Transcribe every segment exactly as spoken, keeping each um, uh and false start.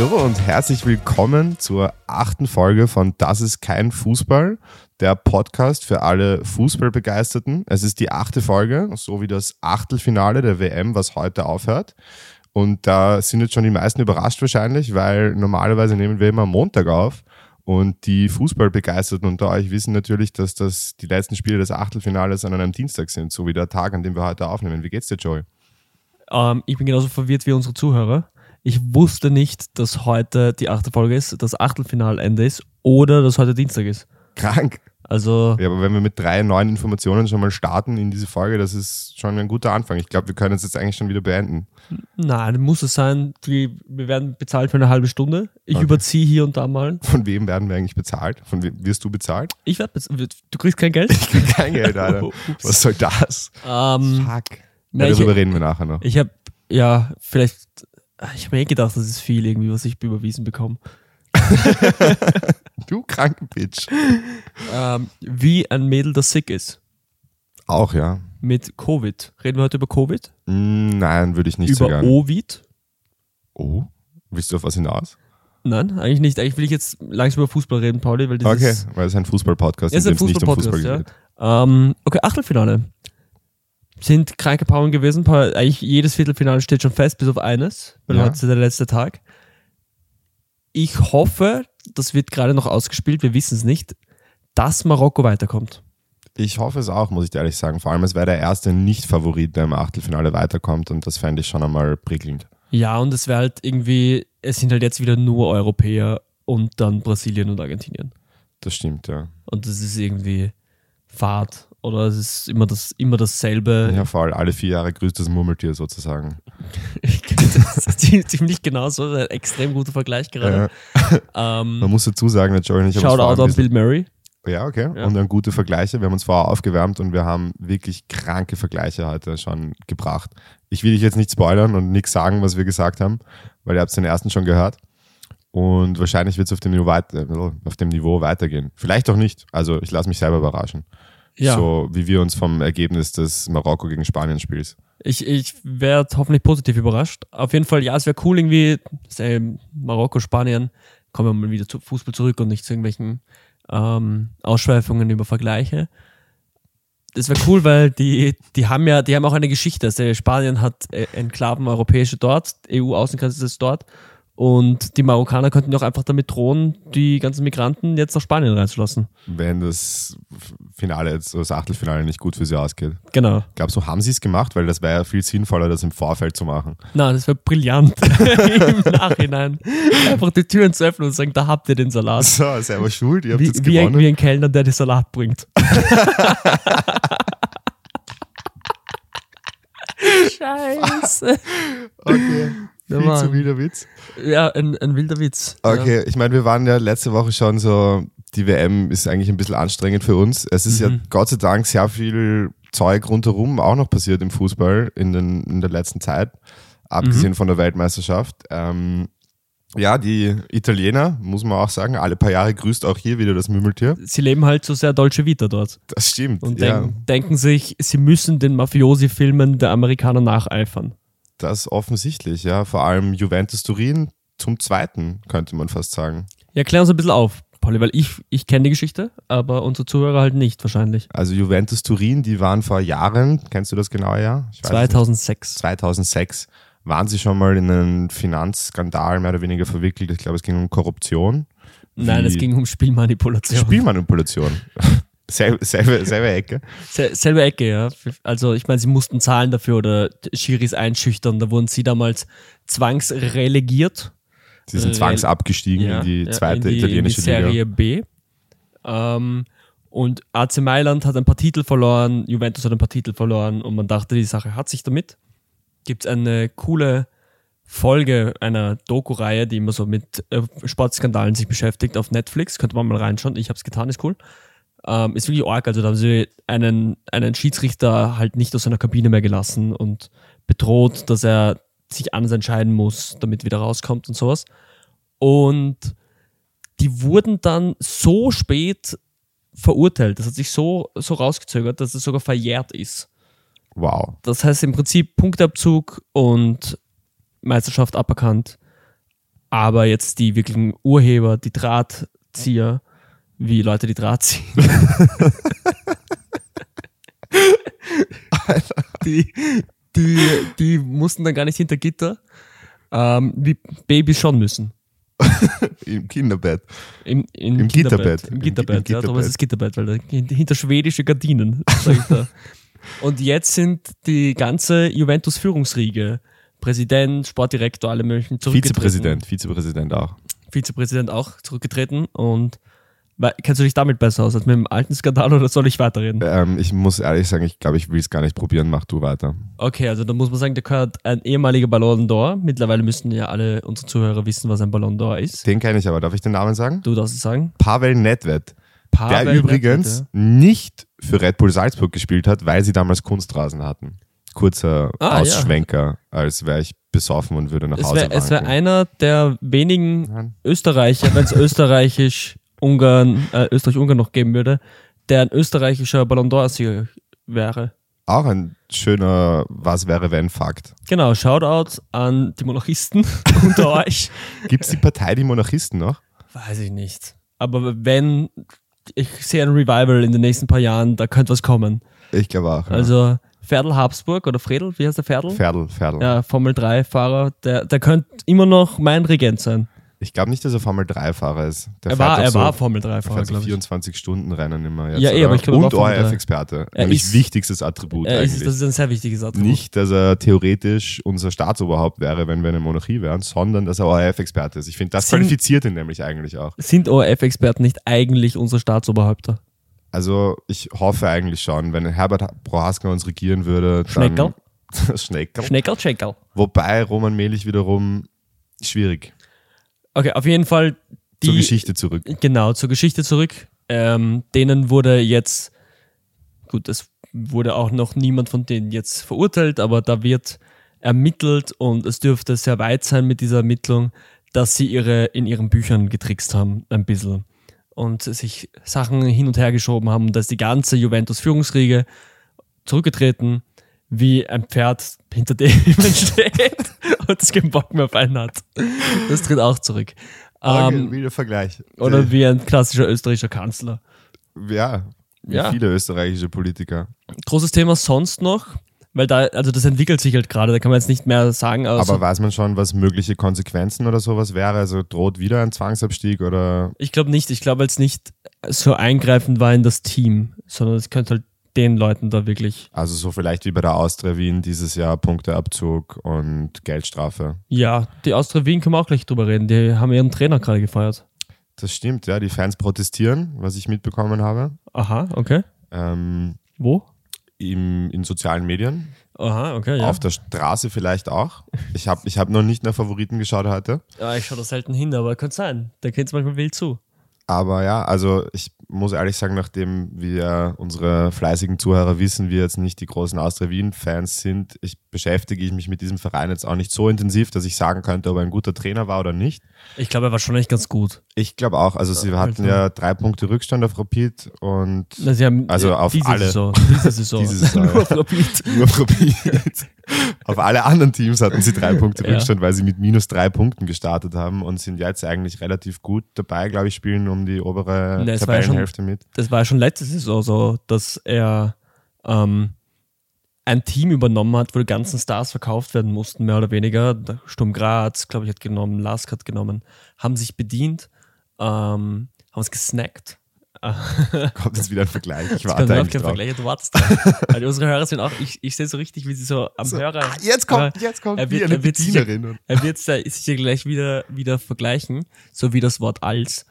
Hallo und herzlich willkommen zur achten Folge von Das ist kein Fußball, der Podcast für alle Fußballbegeisterten. Es ist die achte Folge, so wie das Achtelfinale der W M, was heute aufhört. Und da sind jetzt schon die meisten überrascht wahrscheinlich, weil normalerweise nehmen wir immer am Montag auf. Und die Fußballbegeisterten unter euch wissen natürlich, dass das die letzten Spiele des Achtelfinales an einem Dienstag sind, so wie der Tag, an dem wir heute aufnehmen. Wie geht's dir, Joey? Ähm, ich bin genauso verwirrt wie unsere Zuhörer. Ich wusste nicht, dass heute die achte Folge ist, das Achtelfinalende ist oder dass heute Dienstag ist. Krank. Also Ja, aber wenn wir mit drei neuen Informationen schon mal starten in diese Folge, das ist schon ein guter Anfang. Ich glaube, wir können es jetzt eigentlich schon wieder beenden. Nein, muss es sein. Die, wir werden bezahlt für eine halbe Stunde. Ich Okay. überziehe hier und da mal. Von wem werden wir eigentlich bezahlt? Von wem wirst du bezahlt? Ich werde bezahlt. Du kriegst kein Geld? Ich krieg kein Geld, Alter. Ups. Was soll das? Ähm, Fuck. na, Ja, ich darüber reden wir nachher noch. ich habe, ja, vielleicht, ich habe mir eh gedacht, das ist viel irgendwie, was ich überwiesen bekomme. Du kranken Bitch. Ähm, wie ein Mädel, das sick ist. Auch, ja. Mit Covid. Reden wir heute über Covid? Mm, Nein, würde ich nicht so über gern. Ovid? Oh? Willst du auf was hinaus? Nein, eigentlich nicht. Eigentlich will ich jetzt langsam über Fußball reden, Pauli, weil das Okay, ist, weil es ein Fußball-Podcast es ist, ist in ein dem es nicht um Fußball-Podcast, Fußball ja. geht. Ähm, okay, Achtelfinale. Sind kranke Paarungen gewesen. Paar, eigentlich jedes Viertelfinale steht schon fest, bis auf eines, weil Ja. heute ist der letzte Tag. Ich hoffe, das wird gerade noch ausgespielt, wir wissen es nicht, dass Marokko weiterkommt. Ich hoffe es auch, muss ich dir ehrlich sagen. Vor allem, es wäre der erste Nicht-Favorit, der im Achtelfinale weiterkommt und das fände ich schon einmal prickelnd. Ja, und es wäre halt irgendwie, es sind halt jetzt wieder nur Europäer und dann Brasilien und Argentinien. Das stimmt, ja. Und das ist irgendwie Fahrt. Oder es ist immer, das, immer dasselbe. Ja, vor allem alle vier Jahre grüßt das Murmeltier sozusagen. Das ist ziemlich genau so, ein extrem guter Vergleich gerade. Äh, Ähm, man muss dazu sagen, der Joey und ich haben uns vorher Shoutout ein an Bill bisschen- Murray. Ja, okay. Ja. Und dann gute Vergleiche. Wir haben uns vorher aufgewärmt und wir haben wirklich kranke Vergleiche heute schon gebracht. Ich will dich jetzt nicht spoilern und nichts sagen, was wir gesagt haben, weil ihr habt den ersten schon gehört. Und wahrscheinlich wird es auf, dem Niveau weit- äh, auf dem Niveau weitergehen. Vielleicht auch nicht. Also ich lasse mich selber überraschen. Ja, So wie wir uns vom Ergebnis des Marokko gegen Spanien Spiels. ich, ich werde hoffentlich positiv überrascht. Auf jeden Fall, ja, es wäre cool irgendwie, sei Marokko, Spanien, kommen wir mal wieder zu Fußball zurück und nicht zu irgendwelchen ähm, Ausschweifungen über Vergleiche. Das wäre cool, weil die, die haben ja, die haben auch eine Geschichte. Also Spanien hat äh, Enklaven europäische dort, E U-Außengrenze ist dort. Und die Marokkaner könnten auch einfach damit drohen, die ganzen Migranten jetzt nach Spanien reinzulassen. Wenn das Finale, jetzt, das Achtelfinale nicht gut für sie ausgeht. Genau. Glaubst du, haben sie es gemacht? Weil das wäre ja viel sinnvoller, das im Vorfeld zu machen. Na, das wäre brillant im Nachhinein. Einfach die Türen zu öffnen und sagen, da habt ihr den Salat. So, selber schuld, ihr habt Wie, jetzt wie, ein, gewonnen. wie ein Kellner, der den Salat bringt. Scheiße. Okay, Ja, viel Mann. zu wilder Witz. Ja, ein, ein wilder Witz. Okay, ich meine, wir waren ja letzte Woche schon so, die W M ist eigentlich ein bisschen anstrengend für uns. Es ist Mhm. ja Gott sei Dank sehr viel Zeug rundherum auch noch passiert im Fußball in, den, in der letzten Zeit, abgesehen Mhm. von der Weltmeisterschaft. Ähm, ja, die Italiener, muss man auch sagen, alle paar Jahre grüßt auch hier wieder das Mümmeltier. Ja. Sie leben halt so sehr Dolce Vita dort Das stimmt, und ja. denk, denken sich, sie müssen den Mafiosi-Filmen der Amerikaner nacheifern. Das offensichtlich, ja. Vor allem Juventus Turin zum Zweiten, könnte man fast sagen. Ja, klär uns ein bisschen auf, Pauli, weil ich, ich kenne die Geschichte, aber unsere Zuhörer halt nicht wahrscheinlich. Also Juventus Turin, die waren vor Jahren, kennst du das genaue Jahr? Ich weiß es nicht. zweitausendsechs. zweitausendsechs waren sie schon mal in einen Finanzskandal mehr oder weniger verwickelt. Ich glaube, es ging um Korruption. Nein, Wie- es ging um Spielmanipulation. Spielmanipulation. selbe, selbe, selbe Ecke. Sel selbe Ecke, ja. Also ich meine, sie mussten zahlen dafür oder Schiris einschüchtern. Da wurden sie damals zwangsrelegiert. Sie sind Äh, zwangsabgestiegen Ja, in die ja, zweite in die, italienische in die Serie Liga. B. Ähm, und A C Mailand hat ein paar Titel verloren, Juventus hat ein paar Titel verloren und man dachte, die Sache hat sich damit. Gibt es eine coole Folge einer Doku-Reihe, die immer so mit äh, Sportskandalen sich beschäftigt auf Netflix. Könnte man mal reinschauen. Ich habe es getan, ist cool. Ähm, ist wirklich arg. Also da haben sie einen, einen Schiedsrichter halt nicht aus seiner Kabine mehr gelassen und bedroht, dass er sich anders entscheiden muss, damit wieder rauskommt und sowas. Und die wurden dann so spät verurteilt. Das hat sich so, so rausgezögert, dass es sogar verjährt ist. Wow. Das heißt im Prinzip Punktabzug und Meisterschaft aberkannt. Aber jetzt die wirklichen Urheber, die Drahtzieher, wie Leute, die Draht ziehen, die, die, die mussten dann gar nicht hinter Gitter, ähm, wie Babys schon müssen. Im Kinderbett. Im, im, Im Gitterbett. Gitterbett. Im Gitterbett, Im ja, darum Gitterbett. ist es Gitterbett, weil da, hinter schwedische Gardinen, sag ich da. Und jetzt sind die ganze Juventus-Führungsriege, Präsident, Sportdirektor, alle möglichen zurückgetreten. Vizepräsident, Vizepräsident auch. Vizepräsident auch zurückgetreten und we- kennst du dich damit besser aus als mit dem alten Skandal oder soll ich weiterreden? Ähm, ich muss ehrlich sagen, ich glaube, ich will es gar nicht probieren. Mach du weiter. Okay, also da muss man sagen, da gehört ein ehemaliger Ballon d'Or. Mittlerweile müssten ja alle unsere Zuhörer wissen, was ein Ballon d'Or ist. Den kenne ich aber. Darf ich den Namen sagen? Du darfst es sagen. Pavel Nedved. Pavel Der übrigens Nedved, nicht für Red Bull Salzburg gespielt hat, weil sie damals Kunstrasen hatten. Kurzer Ah, Ausschwenker, als wäre ich besoffen und würde nach Es Hause wäre wär wanken. einer der wenigen Nein. Österreicher, wenn es Österreichisch-Ungarn, äh, Österreich-Ungarn noch geben würde, der ein österreichischer Ballon d'Or-Sieger wäre. Auch ein schöner Was-wäre-wenn-Fakt. Genau, Shoutout an die Monarchisten unter euch. Gibt es die Partei die Monarchisten noch? Weiß ich nicht. Aber wenn, ich sehe ein Revival in den nächsten paar Jahren, da könnte was kommen. Ich glaube auch. Ja. Also Ferdl Habsburg oder Fredel, wie heißt der Ferdl? Ferdl, Ferdl. Ja, Formel drei Fahrer, der, der könnte immer noch mein Regent sein. Ich glaube nicht, dass er Formel drei Fahrer ist. Der Er fährt war, doch er so, war Formel drei der Fahrer, fährt so glaube ich. vierundzwanzig-Stunden-Rennen immer jetzt. Ja, eh, oder? aber ich glaube, er Und war Formel drei. O R F-Experte. Er Nämlich ist- wichtigstes Attribut Er eigentlich. ist, das ist ein sehr wichtiges Attribut. Nicht, dass er theoretisch unser Staatsoberhaupt wäre, wenn wir eine Monarchie wären, sondern dass er O R F-Experte ist. Ich finde, das Sind- qualifiziert ihn nämlich eigentlich auch. Sind O R F-Experten nicht eigentlich unsere Staatsoberhäupter? Also ich hoffe eigentlich schon, wenn Herbert Prohaska uns regieren würde, dann... Schneckerl? Schneckerl. Schneckerl, Schneckerl. Wobei Roman Melich wiederum schwierig. Okay, auf jeden Fall die... Zur Geschichte zurück. Genau, zur Geschichte zurück. Ähm, denen wurde jetzt, gut, es wurde auch noch niemand von denen jetzt verurteilt, aber da wird ermittelt und es dürfte sehr weit sein mit dieser Ermittlung, dass sie ihre in ihren Büchern getrickst haben, ein bisschen. Und sich Sachen hin und her geschoben haben und da ist die ganze Juventus-Führungsriege zurückgetreten, wie ein Pferd hinter dem jemand steht und es keinen Bock mehr auf einen hat. Das tritt auch zurück. Okay, Ähm, wieder Vergleich. oder wie ein klassischer österreichischer Kanzler. Ja, wie Ja. viele österreichische Politiker. Großes Thema sonst noch, weil da, also das entwickelt sich halt gerade, da kann man jetzt nicht mehr sagen. Also Aber weiß man schon, was mögliche Konsequenzen oder sowas wäre? Also droht wieder ein Zwangsabstieg oder... ich glaube nicht, ich glaube jetzt nicht so eingreifend war in das Team, sondern es könnte halt den Leuten da wirklich, Also so vielleicht wie bei der Austria Wien dieses Jahr Punkteabzug und Geldstrafe. ja, die Austria Wien können wir auch gleich drüber reden, die haben ihren Trainer gerade gefeiert. Das stimmt, ja. Die Fans protestieren, was ich mitbekommen habe. Aha, okay. Ähm, Wo? im, in sozialen Medien. Aha, okay, ja. Auf der Straße vielleicht auch. Ich habe ich hab noch nicht nach Favoriten geschaut heute. Ja, ich schaue da selten hin, aber könnte sein. Da geht es manchmal wild zu. Aber ja, also ich muss ehrlich sagen, nachdem wir unsere fleißigen Zuhörer wissen, wir jetzt nicht die großen Austria Wien-Fans sind, ich beschäftige ich mich mit diesem Verein jetzt auch nicht so intensiv, dass ich sagen könnte, ob er ein guter Trainer war oder nicht. Ich glaube, er war schon echt ganz gut. Ich glaube auch, also sie hatten also- ja drei Punkte Rückstand auf Rapid und Na, sie haben, Also äh, auf diese alle. Saison, diese Saison. Diese Saison, Nur ja. auf Rapid. nur auf Rapid. Auf alle anderen Teams hatten sie drei Punkte Ja. Rückstand, weil sie mit minus drei Punkten gestartet haben und sind jetzt eigentlich relativ gut dabei, glaube ich, spielen um die obere Ne, es war ja schon- Tabellenhälfte mit. Das war ja schon letzte Saison so, dass er ähm, ein Team übernommen hat, wo die ganzen Stars verkauft werden mussten, mehr oder weniger. Der Sturm Graz, glaube ich, hat genommen, Lask hat genommen, haben sich bedient, ähm, haben es gesnackt. Kommt jetzt wieder ein Vergleich. Ich Jetzt warte können wir auf eigentlich keinen drauf. Vergleich, du wartest drauf. Weil unsere Hörer sind auch, ich, ich sehe so richtig, wie sie so am So, Hörer. ah, jetzt kommt, jetzt kommt er wie wird, eine er wird sicher, Bedienerin. er wird sicher gleich wieder, wieder vergleichen, so wie das Wort als.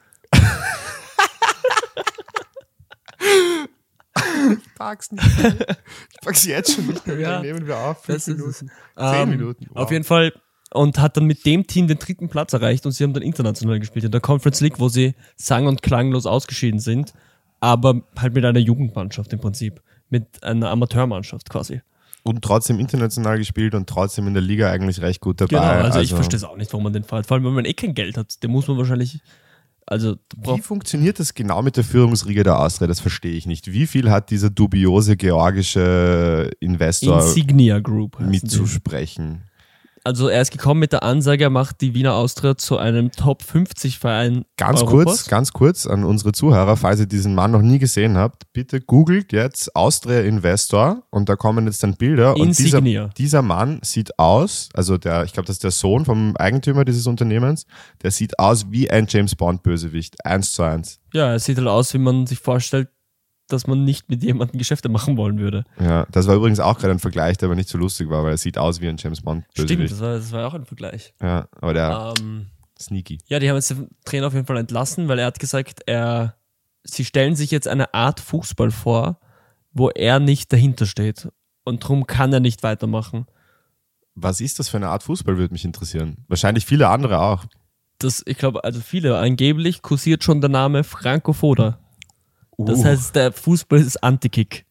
Ich pack's nicht. Ich pack's jetzt schon nicht mehr. Ja, Dann nehmen wir auf. Fünf Das ist Minuten. es. Zehn Ähm, Minuten. Wow. Auf jeden Fall. Und hat dann mit dem Team den dritten Platz erreicht und sie haben dann international gespielt in der Conference League, wo sie sang- und klanglos ausgeschieden sind, aber halt mit einer Jugendmannschaft im Prinzip, mit einer Amateurmannschaft quasi. Und trotzdem international gespielt und trotzdem in der Liga eigentlich recht gut dabei. Genau, also, ich verstehe es auch nicht, warum man den fährt. Vor allem, wenn man eh kein Geld hat, den muss man wahrscheinlich, also Wie funktioniert das genau mit der Führungsriege der Austria? Das verstehe ich nicht. Wie viel hat dieser dubiose georgische Investor Insignia Group heißen die. mitzusprechen? Also er ist gekommen mit der Ansage, er macht die Wiener Austria zu einem Top fünfzig Verein Ganz Europas. kurz, ganz kurz an unsere Zuhörer, falls ihr diesen Mann noch nie gesehen habt, bitte googelt jetzt Austria Investor und da kommen jetzt dann Bilder. Und dieser, Insignia. dieser Mann sieht aus, also der, ich glaube, das ist der Sohn vom Eigentümer dieses Unternehmens, der sieht aus wie ein James Bond Bösewicht, eins zu eins. Ja, er sieht halt aus, wie man sich vorstellt, dass man nicht mit jemandem Geschäfte machen wollen würde. Ja, das war übrigens auch gerade ein Vergleich, der aber nicht so lustig war, weil er sieht aus wie ein James Bond Bösewicht. Stimmt, das war, das war auch ein Vergleich. Ja, aber der Ähm, sneaky. ja, die haben jetzt den Trainer auf jeden Fall entlassen, weil er hat gesagt, er, sie stellen sich jetzt eine Art Fußball vor, wo er nicht dahinter steht. Und darum kann er nicht weitermachen. Was ist das für eine Art Fußball, würde mich interessieren. Wahrscheinlich viele andere auch. Das, ich glaube, also viele, angeblich kursiert schon der Name Franco Foda. Das Uh. heißt, der Fußball ist Anti-Kick.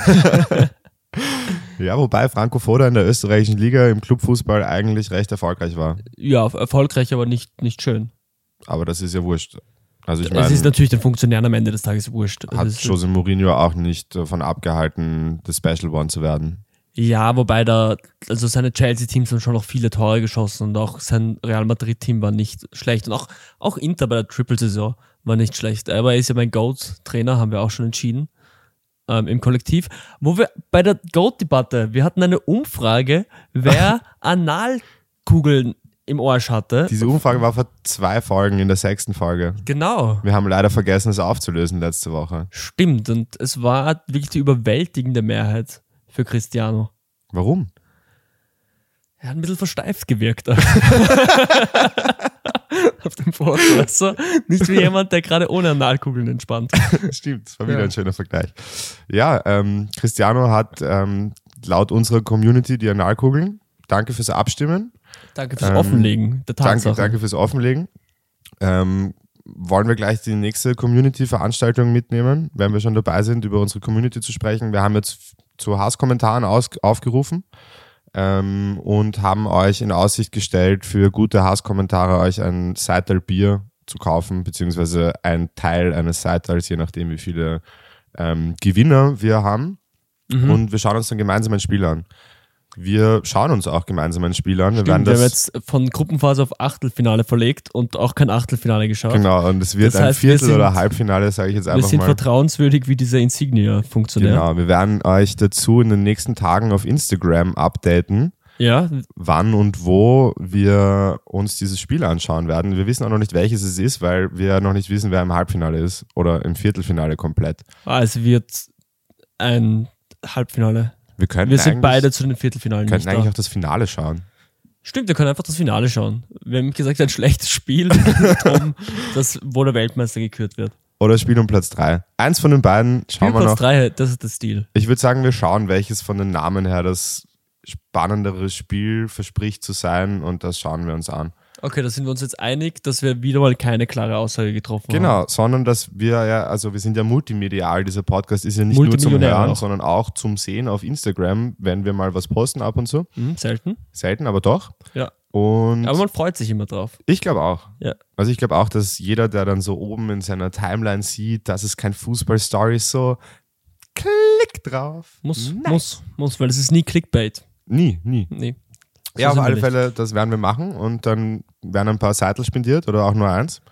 Ja, wobei Franco Foda in der österreichischen Liga im Clubfußball eigentlich recht erfolgreich war. Ja, erfolgreich, aber nicht, nicht schön. Aber das ist ja wurscht. Also ich Es ist meine, natürlich den Funktionären am Ende des Tages wurscht. hat Das ist, Jose Mourinho auch nicht davon abgehalten, das Special One zu werden. ja, wobei da, also seine Chelsea-Teams haben schon noch viele Tore geschossen und auch sein Real Madrid-Team war nicht schlecht. Und auch, auch Inter bei der Triple-Saison war nicht schlecht. Aber er ist ja mein GOAT-Trainer, haben wir auch schon entschieden. Ähm, im Kollektiv. Wo wir bei der GOAT-Debatte, wir hatten eine Umfrage, wer Analkugeln im Arsch hatte. Diese Umfrage war vor zwei Folgen in der sechsten Folge. Genau. Wir haben leider vergessen, es aufzulösen letzte Woche. Stimmt. Und es war wirklich die überwältigende Mehrheit für Cristiano. Warum? Er hat ein bisschen versteift gewirkt. Auf dem Foto. Also nicht wie jemand, der gerade ohne Analkugeln entspannt. Stimmt, das war wieder Ja. ein schöner Vergleich. Ja, ähm, Cristiano hat ähm, laut unserer Community die Analkugeln. Danke fürs Abstimmen. Danke fürs Ähm, Offenlegen der Danke, Tatsache. danke fürs Offenlegen. Ähm, wollen wir gleich die nächste Community-Veranstaltung mitnehmen, wenn wir schon dabei sind, über unsere Community zu sprechen. Wir haben jetzt zu Hasskommentaren aus, aufgerufen ähm, und haben euch in Aussicht gestellt, für gute Hasskommentare euch ein Seital Bier zu kaufen, beziehungsweise ein Teil eines Seitals, je nachdem, wie viele ähm, Gewinner wir haben. Mhm. Und wir schauen uns dann gemeinsam ein Spiel an. Wir schauen uns auch gemeinsam ein Spiel an. Wir werden Stimmt, wir haben das jetzt von Gruppenphase auf Achtelfinale verlegt und auch kein Achtelfinale geschaut. Genau, und es wird Das ein heißt, wir Viertel- sind- oder Halbfinale, sage ich jetzt Wir einfach sind mal. vertrauenswürdig wie dieser Insignia-Funktionär. Genau, wir werden euch dazu in den nächsten Tagen auf Instagram updaten, Ja, wann und wo wir uns dieses Spiel anschauen werden. Wir wissen auch noch nicht, welches es ist, weil wir noch nicht wissen, wer im Halbfinale ist oder im Viertelfinale komplett. ah, es wird ein Halbfinale. Wir könnten Wir sind eigentlich, beide zu den Viertelfinalen könnten nicht eigentlich da. auch das Finale schauen. Stimmt, wir können einfach das Finale schauen. Wir haben gesagt, ein schlechtes Spiel, um das, wo der Weltmeister gekürt wird. Oder das Spiel um Platz drei. Eins von den beiden schauen wir Spielplatz noch. drei, das ist der Stil. Ich würde sagen, wir schauen, welches von den Namen her das spannendere Spiel verspricht zu sein, und das schauen wir uns an. Okay, da sind wir uns jetzt einig, dass wir wieder mal keine klare Aussage getroffen haben. Genau, sondern dass wir ja, also wir sind ja multimedial, dieser Podcast ist ja nicht nur zum Multimillionär Hören, auch. sondern auch zum Sehen auf Instagram, wenn wir mal was posten ab und zu. Mhm, selten. Selten, aber doch. Ja. Und Aber man freut sich immer drauf. ich glaube auch. Ja. Also ich glaube auch, dass jeder, der dann so oben in seiner Timeline sieht, das ist kein Fußball-Story, so klick drauf. Muss, Nice. muss, muss, weil es ist nie Clickbait. Nie, nie. Nee. So Ja, auf sind wir alle nicht. Fälle, das werden wir machen, und dann werden ein paar Seitel spendiert oder auch nur eins.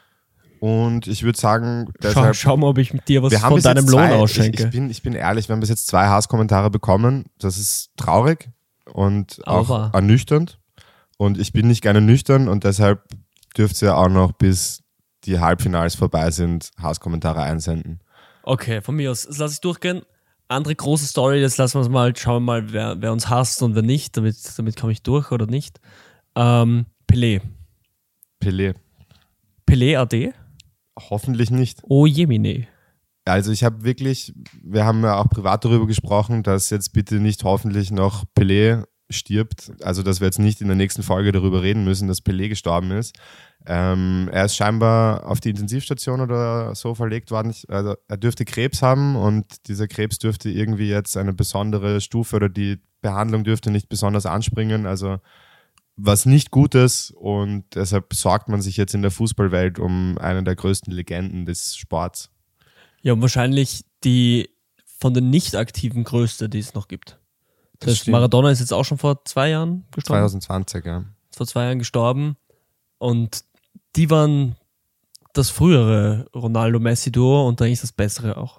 Und ich würde sagen, Schau, deshalb, schau mal, ob ich mit dir was wir haben von bis deinem jetzt Lohn zwei, ausschenke. Ich, ich, bin, ich bin ehrlich, wir haben bis jetzt zwei Hasskommentare bekommen. Das ist traurig und Aber auch wahr. ernüchternd. Und ich bin nicht gerne nüchtern, und deshalb dürft ihr auch noch, bis die Halbfinals vorbei sind, Hasskommentare einsenden. Okay, von mir aus. Das lasse ich durchgehen. Andere große Story, das lassen wir uns mal. Schauen wir mal, wer, wer uns hasst und wer nicht. Damit, damit komme ich durch oder nicht. Ähm, Pelé. Pelé. Pelé A D? Hoffentlich nicht. Oh Jemine. Also ich habe wirklich, wir haben ja auch privat darüber gesprochen, dass jetzt bitte nicht hoffentlich noch Pelé stirbt. Also dass wir jetzt nicht in der nächsten Folge darüber reden müssen, dass Pelé gestorben ist. Ähm, er ist scheinbar auf die Intensivstation oder so verlegt worden. Also er dürfte Krebs haben, und dieser Krebs dürfte irgendwie jetzt eine besondere Stufe, oder die Behandlung dürfte nicht besonders anspringen. Also was nicht gut ist, und deshalb sorgt man sich jetzt in der Fußballwelt um eine der größten Legenden des Sports. Ja, und wahrscheinlich die von den nicht aktiven größte, die es noch gibt. Das Das stimmt. Maradona ist jetzt auch schon vor zwei Jahren gestorben. zwanzig zwanzig, ja. Vor zwei Jahren gestorben. Und die waren das frühere Ronaldo-Messi-Duo und eigentlich das bessere auch.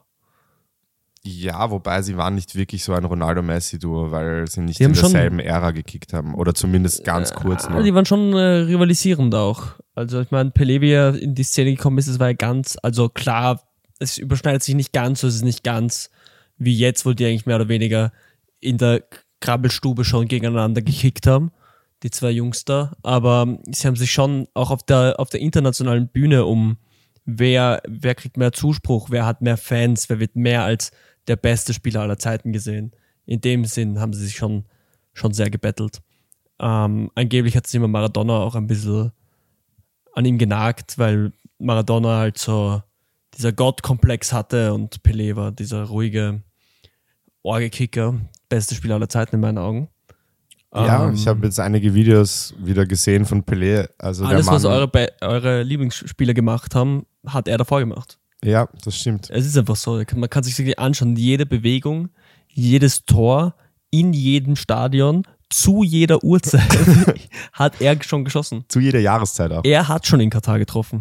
Ja, wobei sie waren nicht wirklich so ein Ronaldo-Messi-Duo, weil sie nicht Die in haben schon- derselben Ära gekickt haben. Oder zumindest ganz kurz Ah, nur. die waren schon äh, rivalisierend auch. Also ich meine, Pelé, wie er in die Szene gekommen ist, das war ja ganz, also klar, es überschneidet sich nicht ganz, so ist es nicht ganz wie jetzt, wo die eigentlich mehr oder weniger in der Krabbelstube schon gegeneinander gekickt haben, die zwei Jungs da. Aber sie haben sich schon auch auf der, auf der internationalen Bühne um wer, wer kriegt mehr Zuspruch, wer hat mehr Fans, wer wird mehr als der beste Spieler aller Zeiten gesehen. In dem Sinn haben sie sich schon, schon sehr gebettelt. Ähm, angeblich hat sich immer Maradona auch ein bisschen an ihm genagt, weil Maradona halt so dieser Gottkomplex hatte und Pelé war dieser ruhige Orgelkicker, beste Spieler aller Zeiten in meinen Augen. Ja, Ähm, ich habe jetzt einige Videos wieder gesehen von Pelé. Also der alles, Mann, was eure, Be- eure Lieblingsspieler gemacht haben, hat er davor gemacht. Ja, das stimmt. Es ist einfach so, man kann sich wirklich anschauen, jede Bewegung, jedes Tor, in jedem Stadion, zu jeder Uhrzeit hat er schon geschossen. Zu jeder Jahreszeit auch. Er hat schon in Katar getroffen.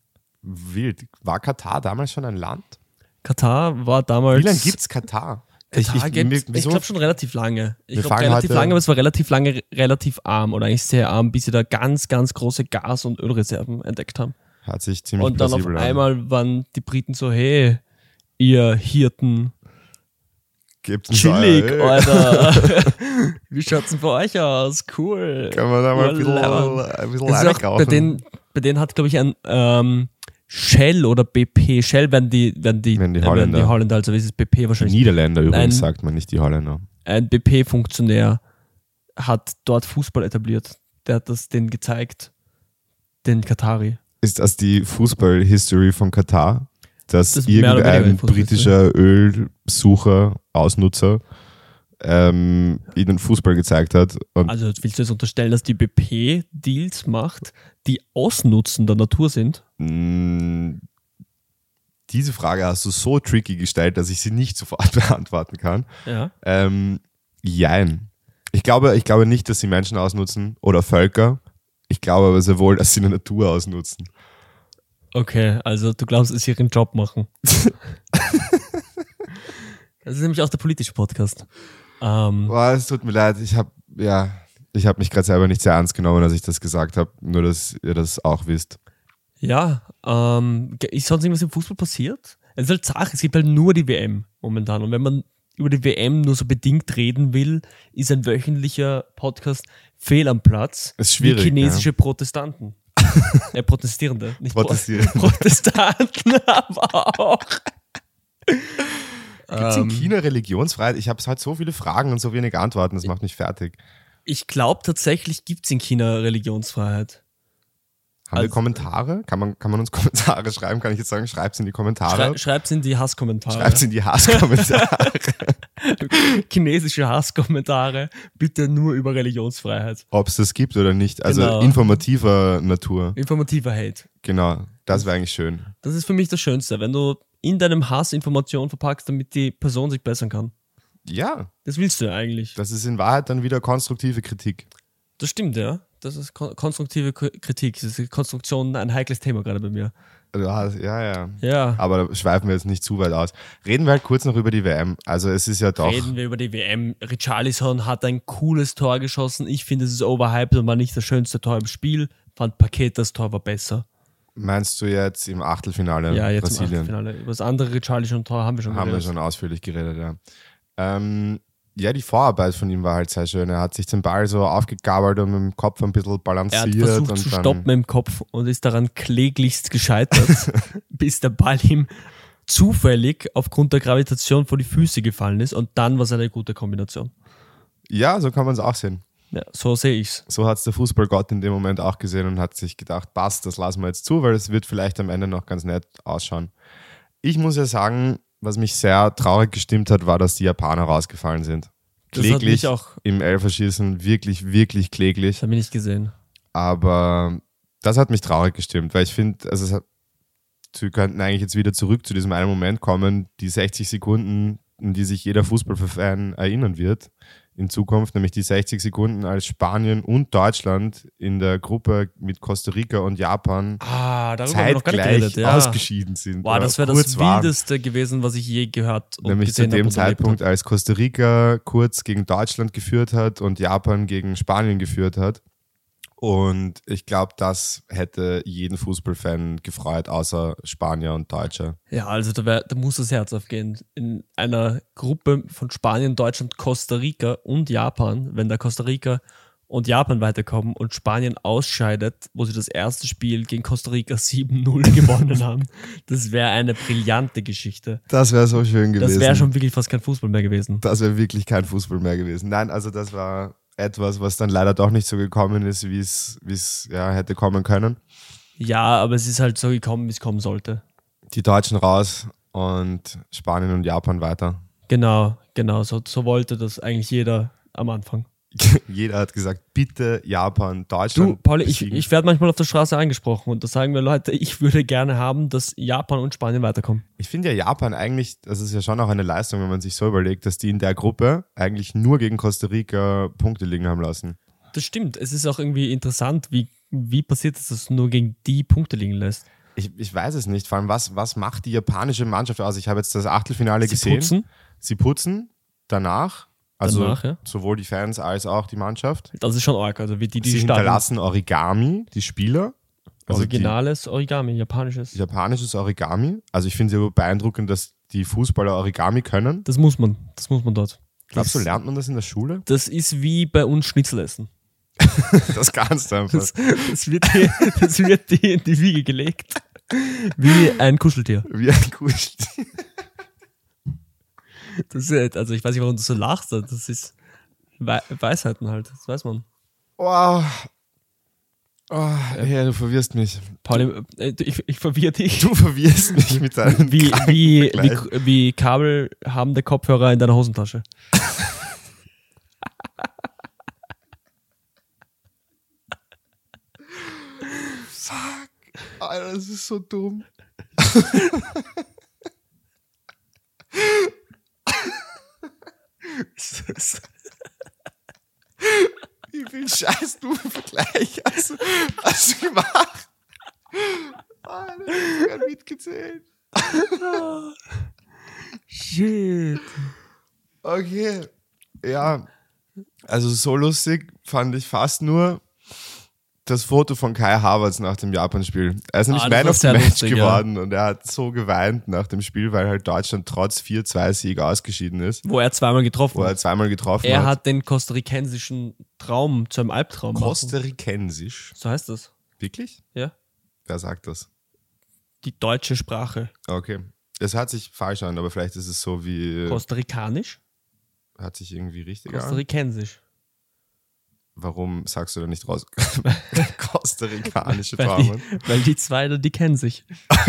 Wild. War Katar damals schon ein Land? Katar war damals... Wie lange gibt es Katar? Katar ich gibt mir- ich wieso- glaube schon relativ lange. Ich Wir glaube fangen relativ heute- lange, aber es war relativ lange relativ arm oder eigentlich sehr arm, bis sie da ganz, ganz große Gas- und Ölreserven entdeckt haben. Hat sich ziemlich Und dann auf plausibel an. einmal waren die Briten so, hey, ihr Hirten, Gibt's einen chillig, Saal, ey. Alter. Wie schaut's denn bei euch aus? Cool. Kann man da mal ein Ja, bisschen, leibend. ein bisschen Das ist auch, bei, reinkaufen? denen, bei denen hat, glaube ich, ein ähm, Shell oder B P, Shell werden die, werden die, Werden die äh, werden Holländer. die Holländer, also wie ist es B P Die wahrscheinlich. Niederländer übrigens, Ein- sagt man, nicht die Holländer. Ein B P-Funktionär hat dort Fußball etabliert. Der hat das denen gezeigt, den Katari. Ist das die Fußball-History von Katar? Dass Das ist mehr oder weniger irgendein die Fußball-History. britischer Ölsucher, Ausnutzer ähm, ihnen Fußball gezeigt hat. Und Also willst du jetzt unterstellen, dass die B P Deals macht, die Ausnutzen der Natur sind? mh, diese Frage hast du so tricky gestellt, dass ich sie nicht sofort beantworten kann. Ja. Ähm, jein. Ich glaube, ich glaube nicht, dass sie Menschen ausnutzen oder Völker. Ich glaube aber sehr wohl, dass sie die Natur ausnutzen. Okay, also du glaubst, dass sie ihren Job machen. Das ist nämlich auch der politische Podcast. Ähm, Boah, es tut mir leid. Ich habe ja, ich habe mich gerade selber nicht sehr ernst genommen, als ich das gesagt habe. Nur, dass ihr das auch wisst. ja, ähm, ist sonst irgendwas im Fußball passiert? Es ist halt Sache, es gibt halt nur die W M momentan. Und wenn man über die W M nur so bedingt reden will, ist ein wöchentlicher Podcast fehl am Platz. Ist schwierig, Wie chinesische Protestanten. äh, Protestierende, nicht Pro- Protestierende. Protestanten, aber auch. Gibt es in Ähm, China Religionsfreiheit? Ich habe heute so viele Fragen und so wenig Antworten. Das macht mich fertig. Ich glaube tatsächlich gibt es in China Religionsfreiheit. Haben wir Also- Kommentare? Kann man, kann man uns Kommentare schreiben? Kann ich jetzt sagen, schreibt es in die Kommentare? Schrei, Schreibt's in die Hasskommentare. Schreibt es in die Hasskommentare. Chinesische Hasskommentare. Bitte nur über Religionsfreiheit. Ob es das gibt oder nicht. Also Genau. informativer Natur. Informativer Hate. Genau. Das wäre eigentlich schön. Das ist für mich das Schönste, wenn du in deinem Hass Informationen verpackst, damit die Person sich bessern kann. Ja, Das willst du ja eigentlich. das ist in Wahrheit dann wieder konstruktive Kritik. Das stimmt, ja. Das ist kon konstruktive K Kritik. Das ist Konstruktion ein heikles Thema gerade bei mir. Ja, ja, ja. Ja. Aber schweifen wir jetzt nicht zu weit aus. Reden wir halt kurz noch über die W M. Also es ist ja doch... Reden wir über die W M. Richarlison hat ein cooles Tor geschossen. Ich finde, es ist overhyped und war nicht das schönste Tor im Spiel. Fand Paket, das Tor war besser. Meinst du jetzt im Achtelfinale Ja, jetzt im Brasilien? Achtelfinale. Über das andere Richarlison-Tor haben wir schon Haben wir geredet. schon ausführlich geredet, ja. Ähm, ja, die Vorarbeit von ihm war halt sehr schön. Er hat sich den Ball so aufgegabelt und mit dem Kopf ein bisschen Er balanciert. hat versucht und zu dann, stoppen im Kopf und ist daran kläglichst gescheitert, bis der Ball ihm zufällig aufgrund der Gravitation vor die Füße gefallen ist und dann war es eine gute Kombination. Ja, so kann man es auch sehen. Ja, so sehe ich's. So hat es der Fußballgott in dem Moment auch gesehen und hat sich gedacht, passt, das lassen wir jetzt zu, weil es wird vielleicht am Ende noch ganz nett ausschauen. Ich muss ja sagen, was mich sehr traurig gestimmt hat, war, dass die Japaner rausgefallen sind. Das hat Kläglich mich auch, im Elferschießen, wirklich, wirklich kläglich. das habe ich nicht gesehen. Aber das hat mich traurig gestimmt, weil ich finde, also es hat, wir könnten eigentlich jetzt wieder zurück zu diesem einen Moment kommen, die sechzig Sekunden, in die sich jeder Fußballfan erinnern wird, in Zukunft, nämlich die sechzig Sekunden, als Spanien und Deutschland in der Gruppe mit Costa Rica und Japan Ah, darüber haben wir noch gar nicht zeitgleich geredet. Ja. ausgeschieden sind. Boah, das wäre das Wildeste gewesen, was ich je gehört und Nämlich zu gesehen dem habe und erlebt Zeitpunkt, habe. als Costa Rica kurz gegen Deutschland geführt hat und Japan gegen Spanien geführt hat. Und ich glaube, das hätte jeden Fußballfan gefreut, außer Spanier und Deutscher. Ja, also da, wär, da muss das Herz aufgehen. In einer Gruppe von Spanien, Deutschland, Costa Rica und Japan, wenn da Costa Rica und Japan weiterkommen und Spanien ausscheidet, wo sie das erste Spiel gegen Costa Rica sieben null gewonnen haben, das wäre eine brillante Geschichte. Das wäre so schön gewesen. Das wäre schon wirklich fast kein Fußball mehr gewesen. Das wäre wirklich kein Fußball mehr gewesen. Nein, also das war etwas, was dann leider doch nicht so gekommen ist, wie es wie es ja hätte kommen können. Ja, aber es ist halt so gekommen, wie es kommen sollte. Die Deutschen raus und Spanien und Japan weiter. Genau, genau, so, so wollte das eigentlich jeder am Anfang. Jeder hat gesagt, bitte Japan, Du, Deutschland. Pauli, ich, besiegen. ich werde manchmal auf der Straße angesprochen und da sagen mir Leute, ich würde gerne haben, dass Japan und Spanien weiterkommen. Ich finde ja Japan eigentlich, das ist ja schon auch eine Leistung, wenn man sich so überlegt, dass die in der Gruppe eigentlich nur gegen Costa Rica Punkte liegen haben lassen. Das stimmt. Es ist auch irgendwie interessant, wie, wie passiert es, dass du nur gegen die Punkte liegen lässt. Ich, ich weiß es nicht, vor allem was, was macht die japanische Mannschaft aus? Ich habe jetzt das Achtelfinale Sie gesehen. putzen. Sie putzen danach, also Danach, ja. sowohl die Fans als auch die Mannschaft. Das ist schon arg. Also wie die, die Sie starten. hinterlassen Origami, die Spieler. Also Originales Origami, japanisches. die, japanisches Origami. Also ich finde es ja beeindruckend, dass die Fußballer Origami können. Das muss man. Das muss man dort. Glaubst du, Das- lernt man das in der Schule? Das ist wie bei uns Schnitzel essen. Das kannst du einfach. Das, das, wird, dir, das wird dir in die Wiege gelegt. Wie ein Kuscheltier. Wie ein Kuscheltier. Das ist, also ich weiß nicht, warum du so lachst. Das ist We Weisheiten halt. Das weiß man. Wow. Oh, ja, du verwirrst mich. Pauli, äh, ich, ich verwirre dich. Du verwirrst mich mit deinen Wie, kranken wie, Vergleich. wie, wie Kabel haben der Kopfhörer in deiner Hosentasche. Fuck. Alter, das ist so dumm. Wie viel scheiß du Vergleich hast, du- hast du gemacht? Alter, ich hab mitgezählt. Shit. Okay. Ja, also so lustig fand ich fast nur das Foto von Kai Havertz nach dem Japan-Spiel. Er ist nämlich Ah, das Man war of the sehr Match lustig, geworden und er hat so geweint nach dem Spiel, weil halt Deutschland trotz vier zwei Sieg ausgeschieden ist, Wo er zweimal getroffen wo er hat. zweimal getroffen Er hat. hat den kostarikensischen Traum zu einem Albtraum machen. Kostarikensisch. So heißt das. Wirklich? Ja. Wer sagt das? Die deutsche Sprache. Okay. Es hört sich falsch an, aber vielleicht ist es so wie, Kostarikanisch? hört sich irgendwie richtig an. Kostarikensisch. Warum sagst du da nicht raus? Kostarikanische Weil Traumen. die, weil die zwei da, die kennen sich.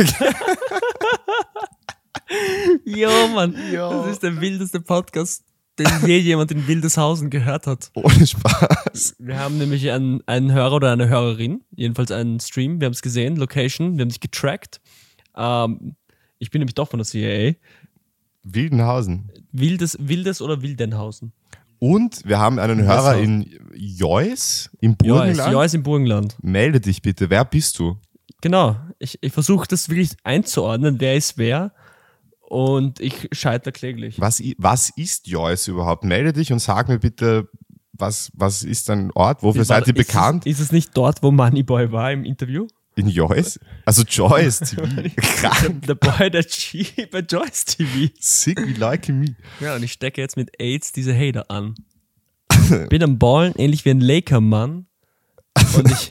Jo, Mann. Jo. Das ist der wildeste Podcast, den je jemand in Wildeshausen gehört hat. Ohne Spaß. Wir haben nämlich einen, einen Hörer oder eine Hörerin, jedenfalls einen Stream, wir haben es gesehen, Location, wir haben dich getrackt. Ähm, ich bin nämlich doch von der C I A. Wildenhausen. Wildes, Wildes oder Wildenhausen? Und wir haben einen Hörer in Jois im Burgenland. Ja, ist im Burgenland. Melde dich bitte. Wer bist du? Genau. Ich, ich versuche das wirklich einzuordnen, wer ist wer. Und ich scheitere kläglich. Was, i- was ist Jois überhaupt? Melde dich und sag mir bitte, was, was ist dein Ort? Wofür Ist- seid ihr ist bekannt? Es, ist es nicht dort, wo Moneyboy war im Interview? In Jois? Also Jois T V. Krank. Der Boy, der G bei Joyce T V. Sick wie like me. Ja, und ich stecke jetzt mit AIDS diese Hater an. Bin am Ballen, ähnlich wie ein Laker-Mann. Und ich,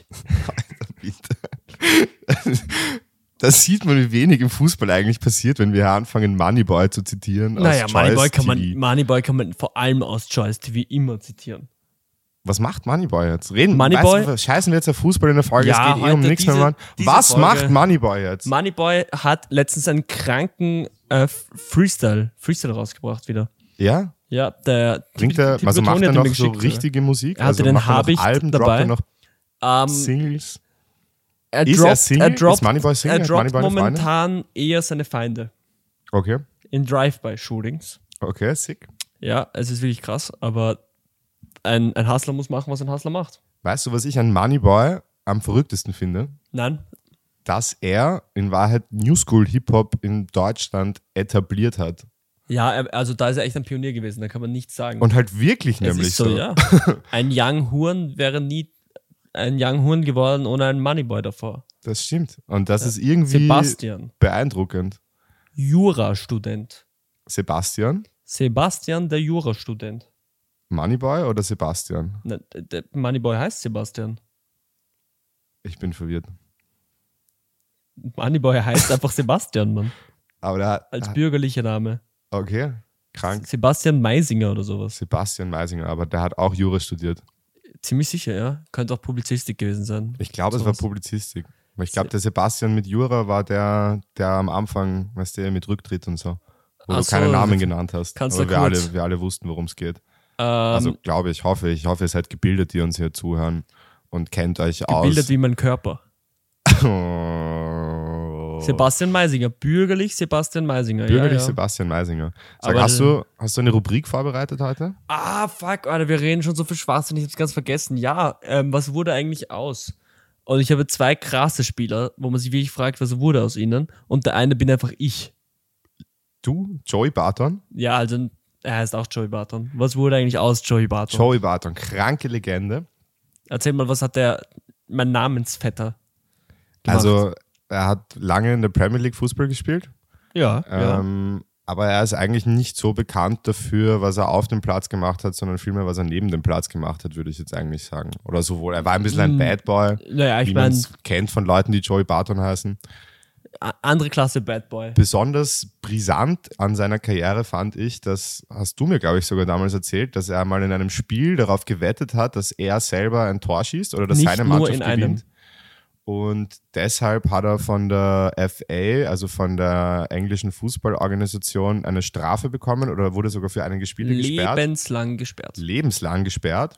Bitte. Da sieht man, wie wenig im Fußball eigentlich passiert, wenn wir anfangen, Moneyboy zu zitieren. naja, aus Moneyboy Joyce kann, man, T V. Moneyboy kann man vor allem aus Joyce T V immer zitieren. Was macht Moneyboy jetzt? Reden, Moneyboy- weißt du, scheißen wir jetzt auf Fußball in der Folge, Ja, es geht eh um heute nichts mehr, diese- Mann. diese Was Folge- macht Moneyboy jetzt? Moneyboy hat letztens einen kranken äh, Freestyle, Freestyle rausgebracht wieder. Ja? Ja, der Bringt er, die also macht Betonung er hat noch mir so geschickt, richtige Musik? Er hatte also den macht er noch Habicht Alben, dabei. droppt er noch Ähm, Singles? er Ist er droppt, Single? er droppt, Ist Moneyboy Single? er Hat droppt Moneyboy eine Freundin? momentan eher seine Feinde Okay, in Drive-by-Shootings. okay, sick. Ja, es ist wirklich krass, aber ein, ein Hustler muss machen, was ein Hustler macht. Weißt du, was ich an Moneyboy am verrücktesten finde? Nein. Dass er in Wahrheit New School Hip-Hop in Deutschland etabliert hat. Ja, er- also da ist er echt ein Pionier gewesen, da kann man nichts sagen. Und halt wirklich es nämlich ist so, ja. Ein Young Huren wäre nie ein Young Huren geworden ohne einen Moneyboy davor. Das stimmt. Und das ist irgendwie Sebastian, beeindruckend. Jurastudent. Sebastian? Sebastian, der Jurastudent. Moneyboy oder Sebastian? Na, der Moneyboy heißt Sebastian. Ich bin verwirrt. Moneyboy heißt einfach Sebastian, Mann. Aber der hat. Als bürgerlicher Name. Okay, krank. Sebastian Meisinger oder sowas. Sebastian Meisinger, aber der hat auch Jura studiert. Ziemlich sicher, ja. Könnte auch Publizistik gewesen sein. Ich glaube, es war Sowas. Publizistik. Weil ich glaube, der Sebastian mit Jura war der, der am Anfang, weißt du, mit Rücktritt und so. Wo Ach du so, keine Namen das- genannt hast. kannst Aber du wir kurz- alle, wir alle wussten, worum es geht. Ähm, Also glaube ich, hoffe ich. Ich hoffe, ihr seid gebildet, die uns hier zuhören und kennt euch gebildet aus. wie mein Körper. Oh. Sebastian Meisinger. Bürgerlich Sebastian Meisinger. Bürgerlich ja, ja. Sebastian Meisinger. Sag, Aber- hast, du, hast du eine Rubrik vorbereitet heute? Ah, fuck, Alter, wir reden schon so viel Schwachsinn, ich hab's ganz vergessen. Ja, ähm, was wurde eigentlich aus? Und ich habe zwei krasse Spieler, wo man sich wirklich fragt, was wurde aus ihnen. Und der eine bin einfach ich. Du, Joey Barton? Ja, also er heißt auch Joey Barton. Was wurde eigentlich aus Joey Barton? Joey Barton, kranke Legende. Erzähl mal, was hat der, mein Namensvetter gemacht? Also, er hat lange in der Premier League Fußball gespielt. ja, ja. Ähm, aber er ist eigentlich nicht so bekannt dafür, was er auf dem Platz gemacht hat, sondern vielmehr, was er neben dem Platz gemacht hat, würde ich jetzt eigentlich sagen. Oder sowohl. Er war ein bisschen ein Mm, Bad Boy, Naja, ich wie man meine, es kennt von Leuten, die Joey Barton heißen. andere Klasse Bad Boy. Besonders brisant an seiner Karriere fand ich, das hast du mir, glaube ich, sogar damals erzählt, dass er mal in einem Spiel darauf gewettet hat, dass er selber ein Tor schießt oder dass Nicht seine nur Mannschaft in einem. gewinnt. Und deshalb hat er von der F A, also von der englischen Fußballorganisation, eine Strafe bekommen oder wurde sogar für einige Spiele gesperrt. Lebenslang gesperrt. Lebenslang gesperrt.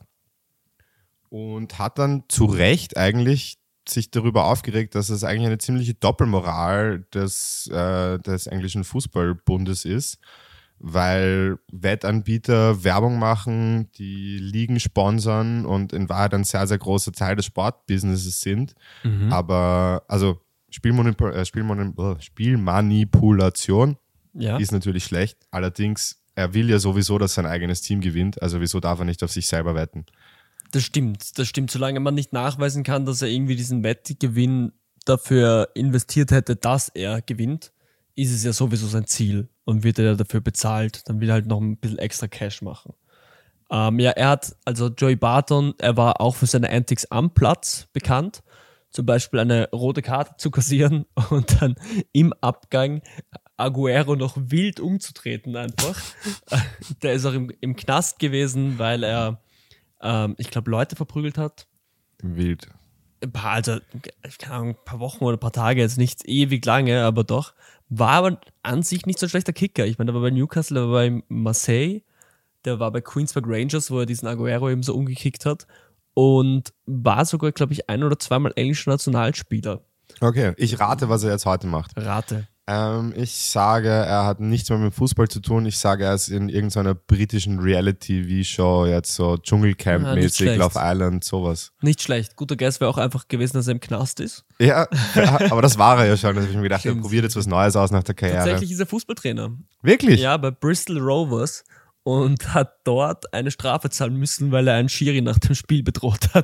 Und hat dann zu Recht eigentlich sich darüber aufgeregt, dass es eigentlich eine ziemliche Doppelmoral des, äh, des englischen Fußballbundes ist, weil Wettanbieter Werbung machen, die Ligen sponsern und in Wahrheit ein sehr, sehr großer Teil des Sportbusinesses sind. Mhm. Aber, also Spielmonip- äh, Spielmonip- äh, Spielmanipulation Ja. ist natürlich schlecht. Allerdings, er will ja sowieso, dass sein eigenes Team gewinnt. Also wieso darf er nicht auf sich selber wetten? Das stimmt, das stimmt. Solange man nicht nachweisen kann, dass er irgendwie diesen Wettgewinn dafür investiert hätte, dass er gewinnt, ist es ja sowieso sein Ziel und wird er ja dafür bezahlt. Dann will er halt noch ein bisschen extra Cash machen. Ähm, ja, er hat, also Joey Barton, er war auch für seine Antics am Platz bekannt. Zum Beispiel eine rote Karte zu kassieren und dann im Abgang Aguero noch wild umzutreten einfach. Der ist auch im, im Knast gewesen, weil er ähm, ich glaube, Leute verprügelt hat. Wild. Ein paar, also, keine Ahnung, ein paar Wochen oder ein paar Tage, jetzt nicht ewig lange, aber doch. War aber an sich nicht so ein schlechter Kicker. Ich meine, der war bei Newcastle, der war bei Marseille, der war bei Queens Park Rangers, wo er diesen Aguero eben so umgekickt hat und war sogar, glaube ich, ein oder zweimal englischer Nationalspieler. Okay, ich rate, was er jetzt heute macht. Rate. Ähm, ich sage, er hat nichts mehr mit Fußball zu tun. Ich sage, er ist in irgendeiner britischen Reality-T V-Show, jetzt so Ah, nicht Dschungelcamp-mäßig, schlecht. Love Island, sowas. Nicht schlecht. Guter Guess wäre auch einfach gewesen, dass er im Knast ist. Ja, ja, aber das war er ja schon. Da habe ich mir gedacht, er Stimmt. probiert jetzt was Neues aus nach der Karriere. Tatsächlich ist er Fußballtrainer. Wirklich? Ja, bei Bristol Rovers und hat dort eine Strafe zahlen müssen, weil er einen Schiri nach dem Spiel bedroht hat.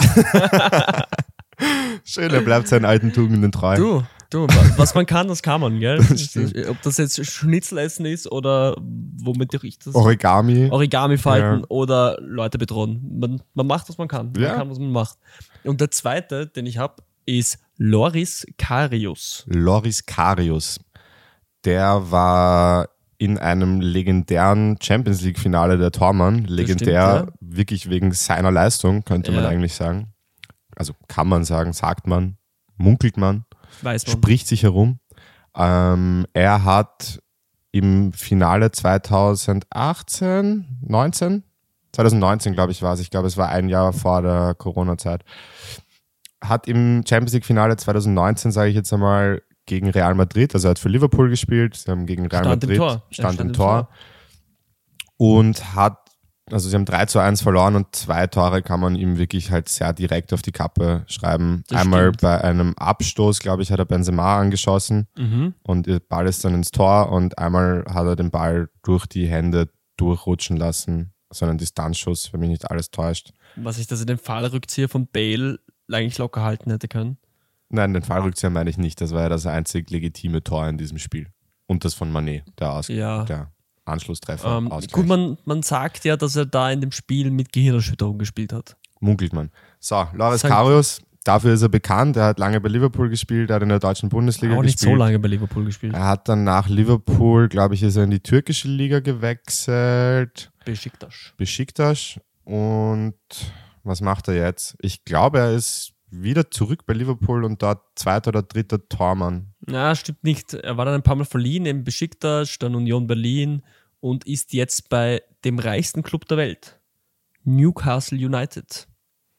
Schön, er bleibt seinen alten Tugenden treu. Du, du, wa- was man kann, das kann man, gell? Stimmt. Ob das jetzt Schnitzelessen ist oder womit ich das Origami. Origami falten Ja. oder Leute bedrohen. Man, man macht, was man kann. Man Ja. kann, was man macht. Und der zweite, den ich habe, ist Loris Karius. Loris Karius. Der war in einem legendären Champions League-Finale der Tormann. Legendär, stimmt, wirklich wegen seiner Leistung, könnte man Ja. eigentlich sagen. Also kann man sagen, sagt man, munkelt man, Weiß man. spricht sich herum. Ähm, er hat im Finale zweitausendachtzehn, neunzehn, zweitausendneunzehn glaube ich war es, ich glaube es war ein Jahr vor der Corona-Zeit, hat im Champions League-Finale zweitausendneunzehn, sage ich jetzt einmal, gegen Real Madrid, also er hat für Liverpool gespielt, sie haben gegen Real Stand im Madrid, Tor. Er stand, stand im im Tor und hat also sie haben drei zu eins verloren und zwei Tore kann man ihm wirklich halt sehr direkt auf die Kappe schreiben. Das Einmal stimmt. bei einem Abstoß, glaube ich, hat er Benzema angeschossen Mhm. und der Ball ist dann ins Tor und einmal hat er den Ball durch die Hände durchrutschen lassen. So einen Distanzschuss, wenn mich nicht alles täuscht. Was ich, dass er den Fallrückzieher von Bale eigentlich locker halten hätte können. Nein, den Fallrückzieher meine ich nicht. Das war ja das einzig legitime Tor in diesem Spiel. Und das von Mané, der, Aus- Ja. der Anschlusstreffer. Ähm, Ausgleich. gut, man, man sagt ja, dass er da in dem Spiel mit Gehirnerschütterung gespielt hat. Munkelt man. So, Loris Sagt- Karius, dafür ist er bekannt. Er hat lange bei Liverpool gespielt, er hat in der deutschen Bundesliga Auch nicht gespielt. so lange bei Liverpool gespielt. Er hat dann nach Liverpool, glaube ich, ist er in die türkische Liga gewechselt. Besiktas. Besiktas. Und was macht er jetzt? Ich glaube, er ist wieder zurück bei Liverpool und dort zweiter oder dritter Tormann. Na, stimmt nicht. Er war dann ein paar Mal verliehen in Besiktas, dann Union Berlin und ist jetzt bei dem reichsten Club der Welt. Newcastle United.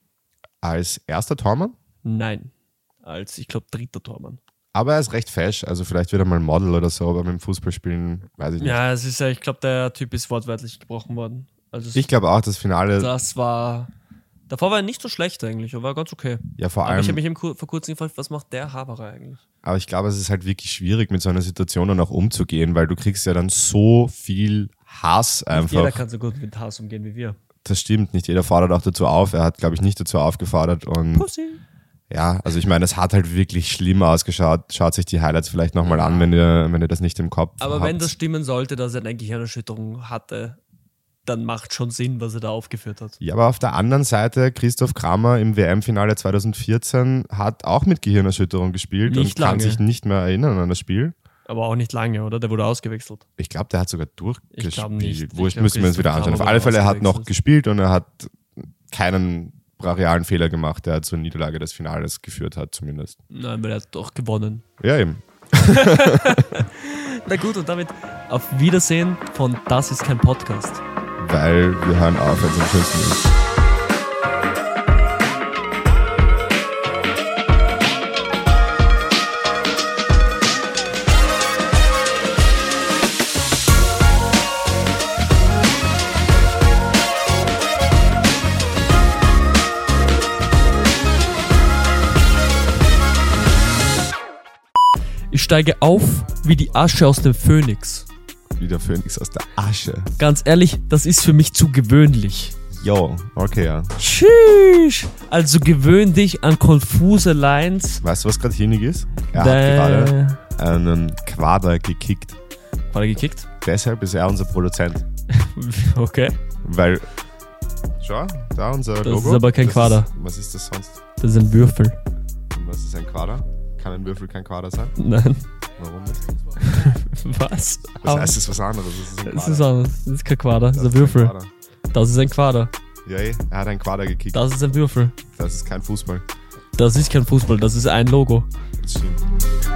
Als erster Tormann. Nein. Als, ich glaube, dritter Tormann. Aber er ist recht fesch, also vielleicht wird er mal Model oder so, aber mit dem Fußballspielen weiß ich nicht. Ja, es ist ja, ich glaube, der Typ ist wortwörtlich gebrochen worden. Also es- Ich glaube auch, das Finale, das war. Davor war er nicht so schlecht eigentlich, er war ganz okay. ja vor Aber allem, ich habe mich im, Kur- vor kurzem gefragt, was macht der Haberer eigentlich? aber ich glaube, es ist halt wirklich schwierig, mit so einer Situation dann auch umzugehen, weil du kriegst ja dann so viel Hass Nicht jeder einfach. kann so gut mit Hass umgehen wie wir. Das stimmt, nicht jeder fordert auch dazu auf. Er hat, glaube ich, nicht dazu aufgefordert und Pussy. ja, also ich meine, es hat halt wirklich schlimm ausgeschaut. Schaut sich die Highlights vielleicht nochmal an, wenn ihr, wenn ihr das nicht im Kopf Aber habt. wenn das stimmen sollte, dass er eine Gehirnerschütterung hatte, dann macht schon Sinn, was er da aufgeführt hat. Ja, aber auf der anderen Seite, Christoph Kramer im W M-Finale zwanzig vierzehn hat auch mit Gehirnerschütterung gespielt Nicht und kann lange. sich nicht mehr erinnern an das Spiel. Aber auch nicht lange, oder? Der wurde ausgewechselt. Ich glaube, der hat sogar Ich durchgespielt. glaub nicht. Ich Wurscht, glaub, müssen wir uns wieder Christoph anschauen. Auf Kramer alle wurde Fälle, er hat noch ausgewechselt. gespielt und er hat keinen brachialen Fehler gemacht, der zur Niederlage des Finales geführt hat, zumindest. Nein, weil er hat doch gewonnen. Ja, eben. Na gut, und damit auf Wiedersehen von Das ist kein Podcast. Weil wir hören auf, wenn es am schönsten ist. Ich steige auf wie die Asche aus dem Phönix. Wie der Phönix aus der Asche. Ganz ehrlich, das ist für mich zu gewöhnlich. Jo, okay, ja. Sheesh. Also gewöhn dich an konfuse Lines. Weißt du, was gerade hinig ist? Er Bäh. hat gerade einen Quader gekickt. War er gekickt? Deshalb ist er unser Produzent. Okay. Weil, schau, da unser Das Logo. ist aber kein Das Quader. Ist, was ist das sonst? Das ist ein Würfel. Und was ist ein Quader? Kann ein Würfel kein Quader sein? Nein. Warum nicht? Was? Das heißt, es ist was anderes. Es ist ein Das Quader. ist anders. Das ist kein Quader, das ist ein ist ein Würfel. Quader. Das ist ein Quader. Ja, ey, er hat einen Quader gekickt. Das ist ein Würfel. Das ist kein Fußball. Das ist kein Fußball, das ist ein Logo. Das stimmt.